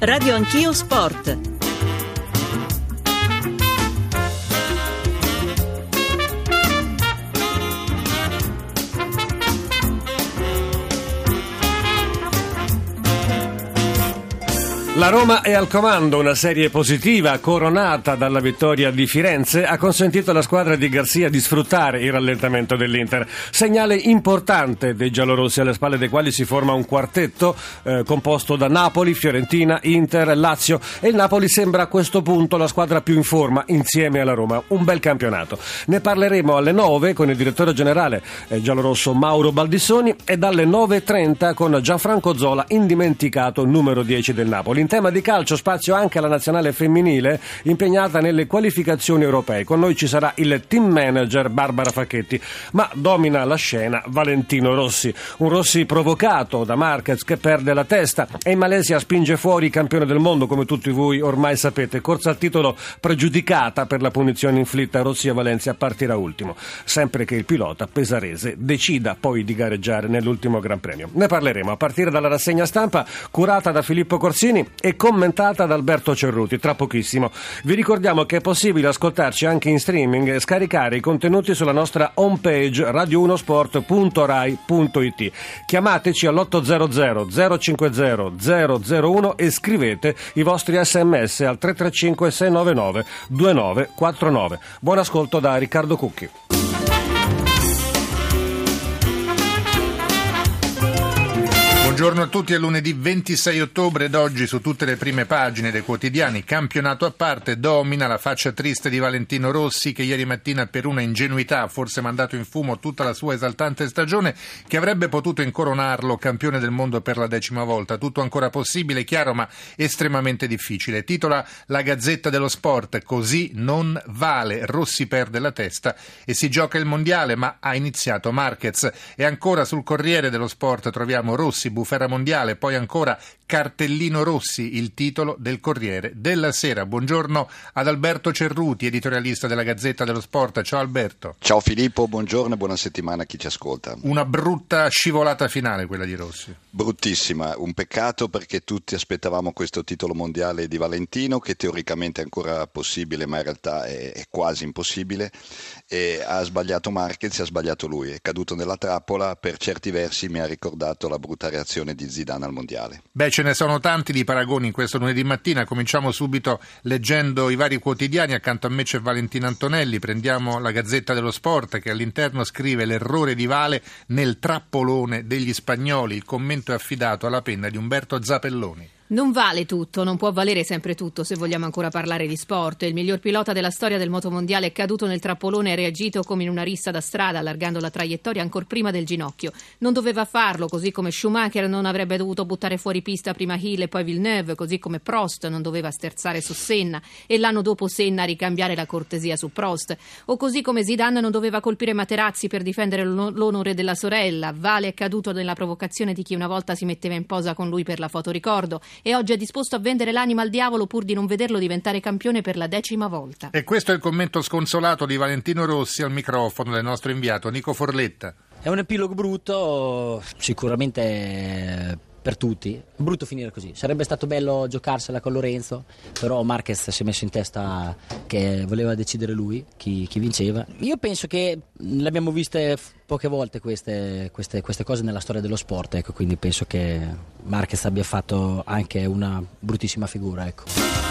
Radio Anch'io Sport. La Roma è al comando, una serie positiva coronata dalla vittoria di Firenze ha consentito alla squadra di Garcia di sfruttare il rallentamento dell'Inter. Segnale importante dei giallorossi, alle spalle dei quali si forma un quartetto composto da Napoli, Fiorentina, Inter, Lazio, e il Napoli sembra a questo punto la squadra più in forma insieme alla Roma. Un bel campionato. Ne parleremo alle 9 con il direttore generale giallorosso Mauro Baldissoni e dalle 9.30 con Gianfranco Zola, indimenticato numero 10 del Napoli. In tema di calcio spazio anche alla nazionale femminile impegnata nelle qualificazioni europee. Con noi ci sarà il team manager Barbara Facchetti, ma domina la scena Valentino Rossi. Un Rossi provocato da Marquez che perde la testa e in Malesia spinge fuori il campione del mondo, come tutti voi ormai sapete. Corsa al titolo pregiudicata per la punizione inflitta a Rossi a Valencia, partirà ultimo, sempre che il pilota pesarese decida poi di gareggiare nell'ultimo Gran Premio. Ne parleremo a partire dalla rassegna stampa curata da Filippo Corsini e commentata da Alberto Cerruti tra pochissimo. Vi ricordiamo che è possibile ascoltarci anche in streaming e scaricare i contenuti sulla nostra homepage radio1sport.rai.it. Chiamateci all'800 050 001 e scrivete i vostri sms al 335 699 2949. Buon ascolto da Riccardo Cucchi. Buongiorno a tutti, è lunedì 26 ottobre ed oggi su tutte le prime pagine dei quotidiani, campionato a parte, domina la faccia triste di Valentino Rossi che ieri mattina per una ingenuità ha forse mandato in fumo tutta la sua esaltante stagione che avrebbe potuto incoronarlo campione del mondo per la 10ª volta. Tutto ancora possibile, chiaro, ma estremamente difficile. Titola la Gazzetta dello Sport: così non vale, Rossi perde la testa e si gioca il mondiale, ma ha iniziato Marquez. E ancora sul Corriere dello Sport troviamo Rossi, bufera mondiale, poi ancora cartellino Rossi, il titolo del Corriere della Sera. Buongiorno ad Alberto Cerruti, editorialista della Gazzetta dello Sport. Ciao Alberto. Ciao Filippo, buongiorno e buona settimana a chi ci ascolta. Una brutta scivolata finale quella di Rossi. Bruttissima, un peccato perché tutti aspettavamo questo titolo mondiale di Valentino che teoricamente è ancora possibile ma in realtà è quasi impossibile, e ha sbagliato Marquez, ha sbagliato lui, è caduto nella trappola. Per certi versi mi ha ricordato la brutta reazione di Zidane al mondiale. Beh, ce ne sono tanti di paragoni in questo lunedì mattina. Cominciamo subito leggendo i vari quotidiani. Accanto a me c'è Valentina Antonelli. Prendiamo la Gazzetta dello Sport che all'interno scrive: l'errore di Vale nel trappolone degli spagnoli. Il commento è affidato alla penna di Umberto Zapelloni. Non vale tutto, non può valere sempre tutto se vogliamo ancora parlare di sport. Il miglior pilota della storia del motomondiale è caduto nel trappolone e ha reagito come in una rissa da strada, allargando la traiettoria ancor prima del ginocchio. Non doveva farlo, così come Schumacher non avrebbe dovuto buttare fuori pista prima Hill e poi Villeneuve, così come Prost non doveva sterzare su Senna e l'anno dopo Senna ricambiare la cortesia su Prost, o così come Zidane non doveva colpire Materazzi per difendere l'onore della sorella. Vale è caduto nella provocazione di chi una volta si metteva in posa con lui per la fotoricordo e oggi è disposto a vendere l'anima al diavolo pur di non vederlo diventare campione per la 10ª volta. E questo è il commento sconsolato di Valentino Rossi al microfono del nostro inviato Nico Forletta. È un epilogo brutto, sicuramente per tutti. Brutto finire così. Sarebbe stato bello giocarsela con Lorenzo, però Marquez si è messo in testa che voleva decidere lui chi vinceva. Io penso che l'abbiamo viste poche volte queste cose nella storia dello sport, ecco, quindi penso che Marquez abbia fatto anche una bruttissima figura, ecco.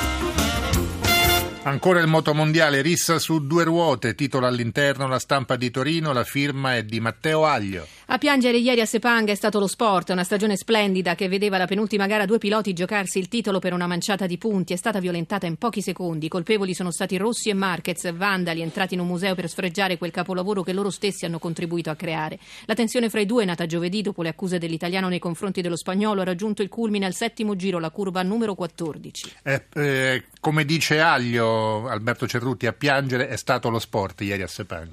Ancora il motomondiale, rissa su due ruote, titola all'interno la Stampa di Torino, la firma è di Matteo Aglio. A piangere ieri a Sepang è stato lo sport, una stagione splendida che vedeva la penultima gara 2 piloti giocarsi il titolo per una manciata di punti. È stata violentata in pochi secondi, i colpevoli sono stati Rossi e Marquez, vandali entrati in un museo per sfregiare quel capolavoro che loro stessi hanno contribuito a creare. La tensione fra i due, nata giovedì dopo le accuse dell'italiano nei confronti dello spagnolo, ha raggiunto il culmine al 7° giro, la curva numero 14. Come dice Aglio, Alberto Cerruti, a piangere è stato lo sport ieri a Sepang.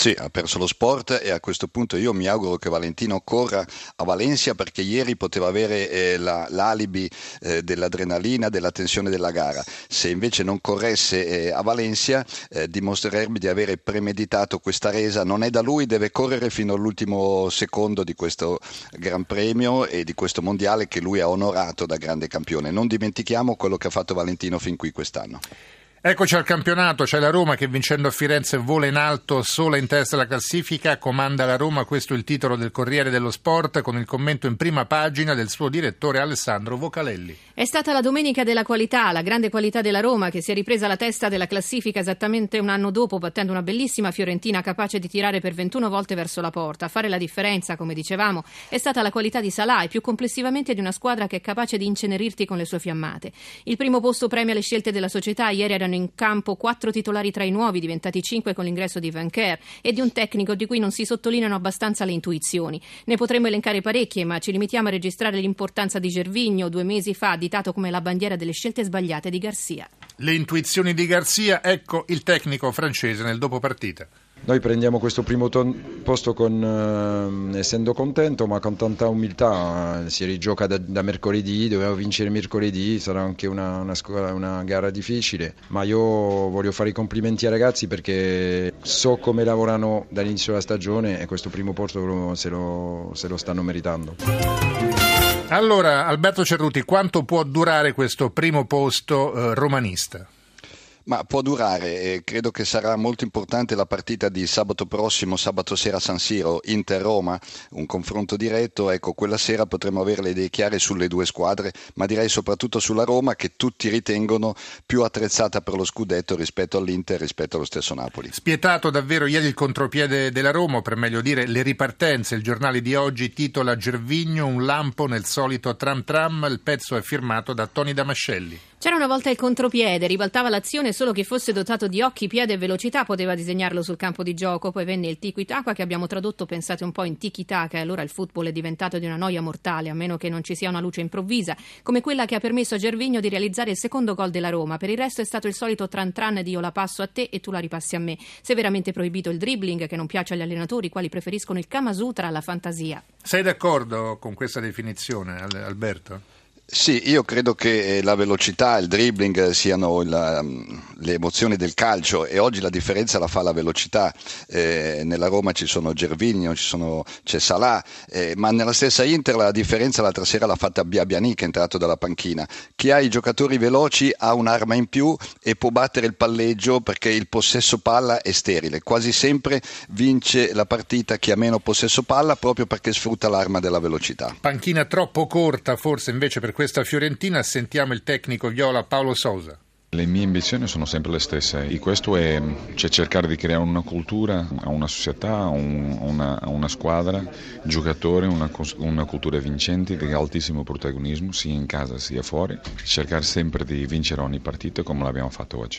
Sì, ha perso lo sport e a questo punto io mi auguro che Valentino corra a Valencia, perché ieri poteva avere l'alibi dell'adrenalina, della tensione della gara. Se invece non corresse a Valencia dimostrerebbe di avere premeditato questa resa. Non è da lui, deve correre fino all'ultimo secondo di questo Gran Premio e di questo mondiale che lui ha onorato da grande campione. Non dimentichiamo quello che ha fatto Valentino fin qui quest'anno. Eccoci al campionato, c'è la Roma che vincendo a Firenze vola in alto, sola in testa alla classifica, comanda la Roma, questo è il titolo del Corriere dello Sport con il commento in prima pagina del suo direttore Alessandro Vocalelli. È stata la domenica della qualità, la grande qualità della Roma che si è ripresa alla testa della classifica esattamente un anno dopo, battendo una bellissima Fiorentina capace di tirare per 21 volte verso la porta. A fare la differenza, come dicevamo, è stata la qualità di Salah e più complessivamente di una squadra che è capace di incenerirti con le sue fiammate. Il primo posto premia le scelte della società, ieri erano in campo 4 titolari tra i nuovi, diventati 5 con l'ingresso di Van Kher, e di un tecnico di cui non si sottolineano abbastanza le intuizioni. Ne potremmo elencare parecchie, ma ci limitiamo a registrare l'importanza di Gervinho, 2 mesi fa additato come la bandiera delle scelte sbagliate di Garcia. Le intuizioni di Garcia, ecco il tecnico francese nel dopopartita. Noi prendiamo questo primo posto essendo contento, ma con tanta umiltà. Si rigioca da mercoledì, dovevamo vincere mercoledì, sarà anche una gara difficile, ma io voglio fare i complimenti ai ragazzi perché so come lavorano dall'inizio della stagione e questo primo posto se lo stanno meritando. Allora, Alberto Cerruti, quanto può durare questo primo posto romanista? Ma può durare, e credo che sarà molto importante la partita di sabato prossimo, sabato sera a San Siro, Inter-Roma, un confronto diretto. Ecco, quella sera potremo avere le idee chiare sulle due squadre, ma direi soprattutto sulla Roma, che tutti ritengono più attrezzata per lo scudetto rispetto all'Inter, rispetto allo stesso Napoli. Spietato davvero ieri il contropiede della Roma, o per meglio dire le ripartenze. Il giornale di oggi titola Gervinho, un lampo nel solito tram, il pezzo è firmato da Tony Damascelli. C'era una volta il contropiede, ribaltava l'azione, solo che fosse dotato di occhi, piede e velocità poteva disegnarlo sul campo di gioco. Poi venne il tiki-taka, che abbiamo tradotto, pensate un po', in tiki-taka, e allora il football è diventato di una noia mortale, a meno che non ci sia una luce improvvisa, come quella che ha permesso a Gervinho di realizzare il secondo gol della Roma. Per il resto è stato il solito tran di io la passo a te e tu la ripassi a me. Severamente proibito il dribbling, che non piace agli allenatori, i quali preferiscono il Kama Sutra alla fantasia. Sei d'accordo con questa definizione, Alberto? Sì, io credo che la velocità e il dribbling siano le emozioni del calcio, e oggi la differenza la fa la velocità. Nella Roma ci sono Gervinho, c'è Salah, ma nella stessa Inter la differenza l'altra sera l'ha fatta Biabiani, che è entrato dalla panchina. Chi ha i giocatori veloci ha un'arma in più e può battere il palleggio, perché il possesso palla è sterile. Quasi sempre vince la partita chi ha meno possesso palla, proprio perché sfrutta l'arma della velocità. Panchina troppo corta forse invece per questa Fiorentina. Sentiamo il tecnico viola Paolo Sousa. Le mie ambizioni sono sempre le stesse, e questo è cercare di creare una cultura, una società, una squadra, giocatori, una cultura vincente di altissimo protagonismo sia in casa sia fuori, cercare sempre di vincere ogni partita come l'abbiamo fatto oggi.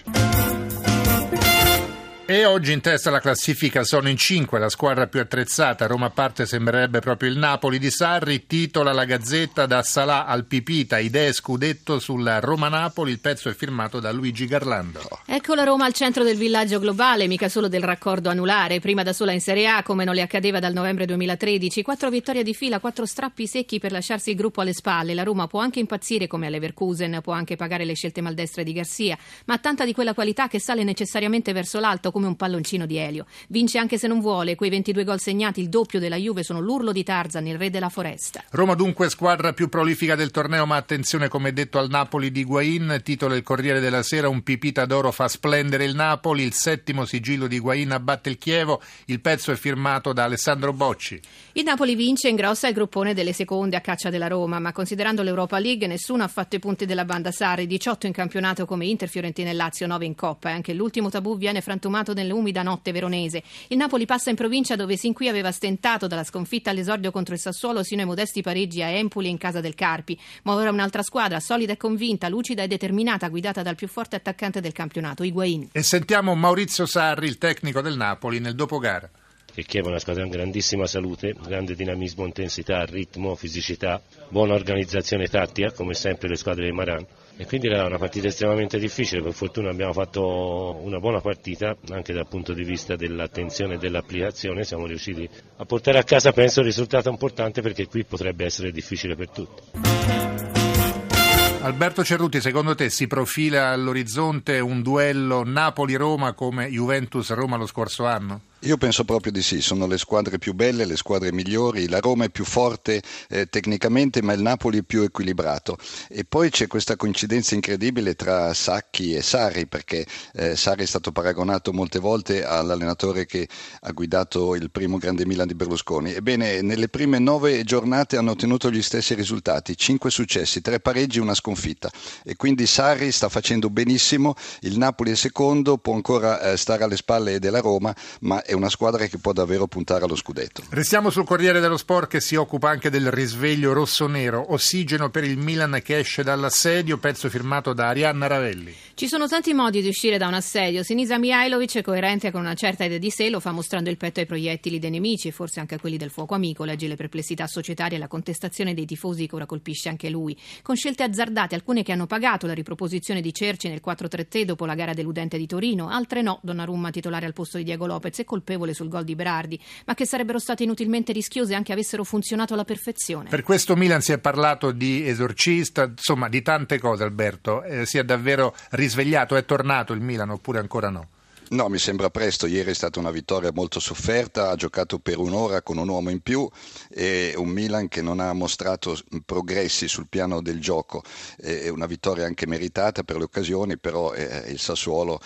E oggi in testa alla classifica sono in 5, la squadra più attrezzata. Roma a parte sembrerebbe proprio il Napoli di Sarri. Titola la Gazzetta: da Salah al Pipita, idee scudetto sulla Roma-Napoli. Il pezzo è firmato da Luigi Garlando. Ecco la Roma al centro del villaggio globale, mica solo del raccordo anulare, prima da sola in Serie A come non le accadeva dal novembre 2013. 4 vittorie di fila, 4 strappi secchi per lasciarsi il gruppo alle spalle. La Roma può anche impazzire come a Leverkusen, può anche pagare le scelte maldestre di Garcia, ma ha tanta di quella qualità che sale necessariamente verso l'alto come un palloncino di elio. Vince anche se non vuole. Quei 22 gol segnati, il doppio della Juve, sono l'urlo di Tarzan, il re della foresta. Roma dunque squadra più prolifica del torneo, ma attenzione, come detto, al Napoli di Higuaín. Titola il Corriere della Sera: un Pipita d'oro fa splendere il Napoli, il 7° sigillo di Higuaín abbatte il Chievo. Il pezzo è firmato da Alessandro Bocci. Il Napoli vince, ingrossa il gruppone delle seconde a caccia della Roma, ma considerando l'Europa League nessuno ha fatto i punti della banda Sarri. 18 in campionato come Inter, Fiorentina e Lazio, 9 in Coppa, e anche l'ultimo tabù viene frantumato nell'umida notte veronese. Il Napoli passa in provincia, dove sin qui aveva stentato, dalla sconfitta all'esordio contro il Sassuolo sino ai modesti pareggi a Empoli e in casa del Carpi. Ma ora un'altra squadra, solida e convinta, lucida e determinata, guidata dal più forte attaccante del campionato, Higuaín. E sentiamo Maurizio Sarri, il tecnico del Napoli, nel dopogara. che Chievo è una squadra con grandissima salute, grande dinamismo, intensità, ritmo, fisicità, buona organizzazione tattica, come sempre le squadre di Maran. E quindi era una partita estremamente difficile, per fortuna abbiamo fatto una buona partita, anche dal punto di vista dell'attenzione e dell'applicazione, siamo riusciti a portare a casa, penso, un risultato importante, perché qui potrebbe essere difficile per tutti. Alberto Cerruti, secondo te si profila all'orizzonte un duello Napoli-Roma come Juventus-Roma lo scorso anno? Io penso proprio di sì, sono le squadre più belle, le squadre migliori, la Roma è più forte tecnicamente, ma il Napoli è più equilibrato. E poi c'è questa coincidenza incredibile tra Sacchi e Sarri, perché Sarri è stato paragonato molte volte all'allenatore che ha guidato il primo grande Milan di Berlusconi. Ebbene, nelle prime 9 giornate hanno ottenuto gli stessi risultati, 5 successi, 3 pareggi e una sconfitta. E quindi Sarri sta facendo benissimo, il Napoli è secondo, può ancora stare alle spalle della Roma, ma è una squadra che può davvero puntare allo scudetto. Restiamo sul Corriere dello Sport, che si occupa anche del risveglio rossonero. Ossigeno per il Milan che esce dall'assedio, pezzo firmato da Arianna Ravelli. Ci sono tanti modi di uscire da un assedio. Sinisa Mihajlovic, coerente con una certa idea di sé, lo fa mostrando il petto ai proiettili dei nemici e forse anche a quelli del fuoco amico. Legge le perplessità societarie e la contestazione dei tifosi che ora colpisce anche lui. Con scelte azzardate, alcune che hanno pagato la riproposizione di Cerci nel 4-3-3 dopo la gara deludente di Torino, altre no, Donnarumma titolare al posto di Diego Lopez e colpevole sul gol di Berardi, ma che sarebbero state inutilmente rischiose anche avessero funzionato alla perfezione. Per questo Milan si è parlato di esorcista, insomma di tante cose. Alberto, si è davvero risvegliato, è tornato il Milan oppure ancora no? No, mi sembra presto. Ieri è stata una vittoria molto sofferta, ha giocato per un'ora con un uomo in più e un Milan che non ha mostrato progressi sul piano del gioco. È una vittoria anche meritata per le occasioni, però il Sassuolo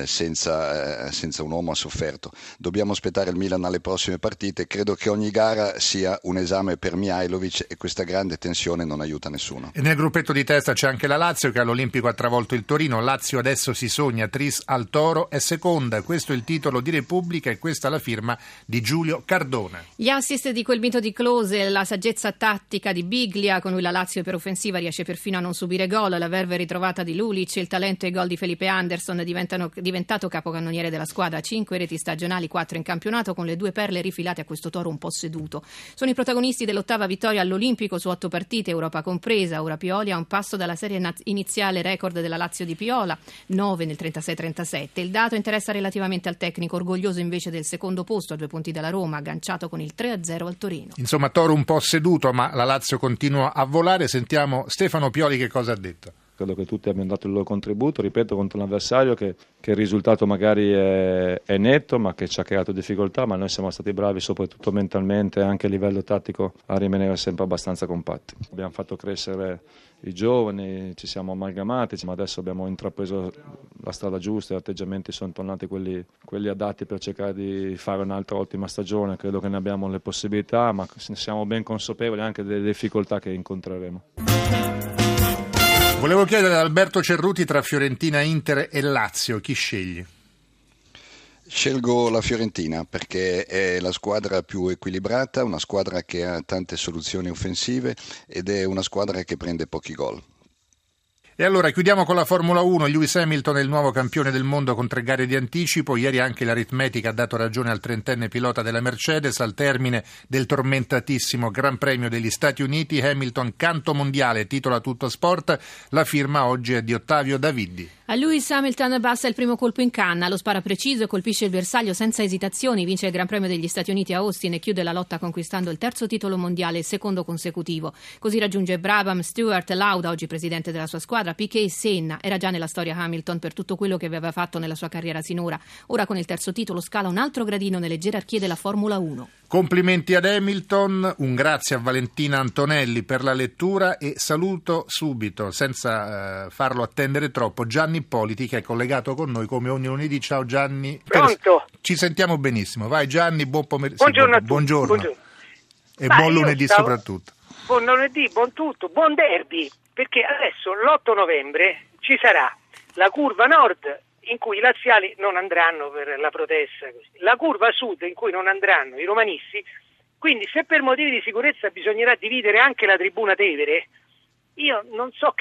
senza un uomo ha sofferto. Dobbiamo aspettare il Milan alle prossime partite. Credo che ogni gara sia un esame per Mihajlovic e questa grande tensione non aiuta nessuno. E nel gruppetto di testa c'è anche la Lazio, che all'Olimpico ha travolto il Torino. Lazio adesso si sogna tris al Toro, è seconda. Questo è il titolo di Repubblica e questa la firma di Giulio Cardona. Gli assist di quel mito di Klose, la saggezza tattica di Biglia, con cui la Lazio per offensiva riesce perfino a non subire gol, la verve ritrovata di Lulic, il talento e i gol di Felipe Anderson, diventato capocannoniere della squadra, 5 reti stagionali, 4 in campionato, con le 2 perle rifilate a questo Toro un po' seduto. Sono i protagonisti dell'8ª vittoria all'Olimpico su 8 partite, Europa compresa. Ora Pioli a un passo dalla serie iniziale record della Lazio di Piola, 9 nel 36-37. Il dato interessa relativamente al tecnico, orgoglioso invece del secondo posto a 2 punti dalla Roma, agganciato con il 3-0 al Torino. Insomma, Toro un po' seduto, ma la Lazio continua a volare. Sentiamo Stefano Pioli che cosa ha detto. Credo che tutti abbiano dato il loro contributo, ripeto, contro un avversario che il risultato magari è netto, ma che ci ha creato difficoltà, ma noi siamo stati bravi soprattutto mentalmente e anche a livello tattico a rimanere sempre abbastanza compatti. Abbiamo fatto crescere i giovani, ci siamo amalgamati, ma adesso abbiamo intrapreso la strada giusta, gli atteggiamenti sono tornati quelli adatti per cercare di fare un'altra ottima stagione. Credo che ne abbiamo le possibilità, ma siamo ben consapevoli anche delle difficoltà che incontreremo. Volevo chiedere ad Alberto Cerruti, tra Fiorentina, Inter e Lazio, chi scegli? Scelgo la Fiorentina perché è la squadra più equilibrata, una squadra che ha tante soluzioni offensive ed è una squadra che prende pochi gol. E allora chiudiamo con la Formula 1. Lewis Hamilton è il nuovo campione del mondo con 3 gare di anticipo. Ieri anche l'aritmetica ha dato ragione al 30enne pilota della Mercedes. Al termine del tormentatissimo Gran Premio degli Stati Uniti, Hamilton canto mondiale, titola tutto sport. La firma oggi è di Ottavio Daviddi. A Lewis Hamilton basta il primo colpo in canna, lo spara preciso e colpisce il bersaglio senza esitazioni, vince il Gran Premio degli Stati Uniti a Austin e chiude la lotta conquistando il 3° titolo mondiale, il 2º consecutivo. Così raggiunge Brabham, Stewart, Lauda, oggi presidente della sua squadra, Piquet e Senna. Era già nella storia Hamilton per tutto quello che aveva fatto nella sua carriera sinora. Ora con il 3° titolo scala un altro gradino nelle gerarchie della Formula 1. Complimenti ad Hamilton, un grazie a Valentina Antonelli per la lettura e saluto subito, senza farlo attendere troppo, Gianni Ippoliti che è collegato con noi come ogni lunedì. Ciao Gianni. Pronto? Ci sentiamo benissimo. Vai Gianni, buon pomeriggio. Buongiorno a tutti. Buongiorno. E buon lunedì soprattutto. Buon lunedì, buon tutto, buon derby, perché adesso l'8 novembre ci sarà la curva nord in cui i laziali non andranno per la protesta, la curva sud in cui non andranno i romanisti, quindi se per motivi di sicurezza bisognerà dividere anche la tribuna Tevere, io non so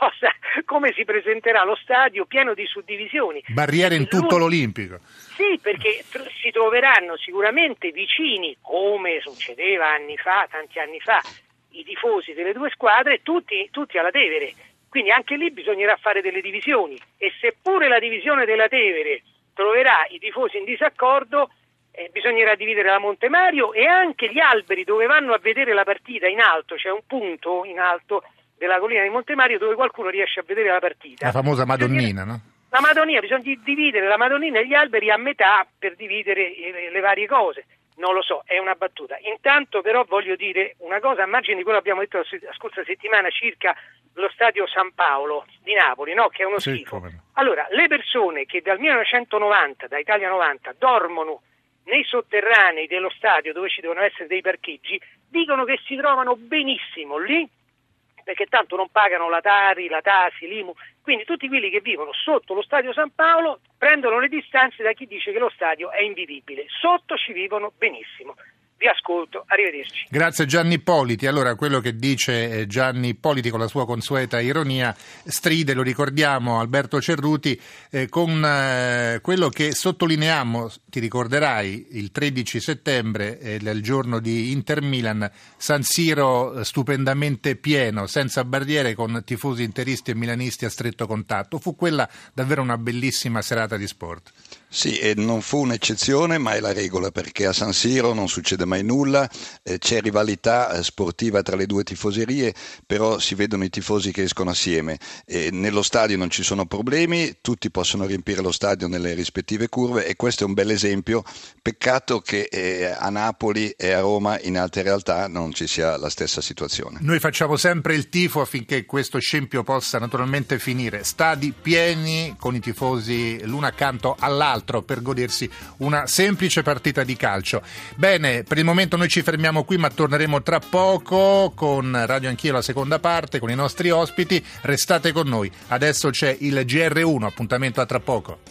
come si presenterà lo stadio pieno di suddivisioni. Barriere in tutto l'Olimpico. Sì, perché si troveranno sicuramente vicini, come succedeva tanti anni fa, i tifosi delle due squadre, tutti alla Tevere. Quindi anche lì bisognerà fare delle divisioni, e seppure la divisione della Tevere troverà i tifosi in disaccordo, bisognerà dividere la Monte Mario e anche gli alberi dove vanno a vedere la partita in alto. C'è un punto in alto della collina di Monte Mario dove qualcuno riesce a vedere la partita. La famosa Madonnina, no? La Madonnina, bisogna dividere la Madonnina e gli alberi a metà per dividere le varie cose. Non lo so, è una battuta. Intanto però voglio dire una cosa a margine di quello che abbiamo detto la scorsa settimana circa lo stadio San Paolo di Napoli, no? Che è uno schifo. No. Allora, le persone che dal 1990, da Italia 90, dormono nei sotterranei dello stadio dove ci devono essere dei parcheggi, dicono che si trovano benissimo lì, perché tanto non pagano la Tari, la Tasi, l'IMU, quindi tutti quelli che vivono sotto lo stadio San Paolo prendono le distanze da chi dice che lo stadio è invivibile. Sotto ci vivono benissimo. Vi ascolto, arrivederci. Grazie Gianni Ippoliti. Allora, quello che dice Gianni Ippoliti con la sua consueta ironia stride, lo ricordiamo, Alberto Cerruti, con quello che sottolineiamo, ti ricorderai, il 13 settembre, il giorno di Inter-Milan, San Siro stupendamente pieno, senza barriere, con tifosi interisti e milanisti a stretto contatto. Fu quella davvero una bellissima serata di sport. Sì, e non fu un'eccezione, ma è la regola, perché a San Siro non succede mai nulla, c'è rivalità sportiva tra le due tifoserie, però si vedono i tifosi che escono assieme. Nello stadio non ci sono problemi, tutti possono riempire lo stadio nelle rispettive curve, e questo è un bel esempio. Peccato che a Napoli e a Roma, in altre realtà, non ci sia la stessa situazione. Noi facciamo sempre il tifo affinché questo scempio possa naturalmente finire. Stadi pieni, con i tifosi l'uno accanto all'altro, per godersi una semplice partita di calcio. Bene, per il momento noi ci fermiamo qui, ma torneremo tra poco con Radio Anch'io, la seconda parte, con i nostri ospiti. Restate con noi. Adesso c'è il GR1, appuntamento a tra poco.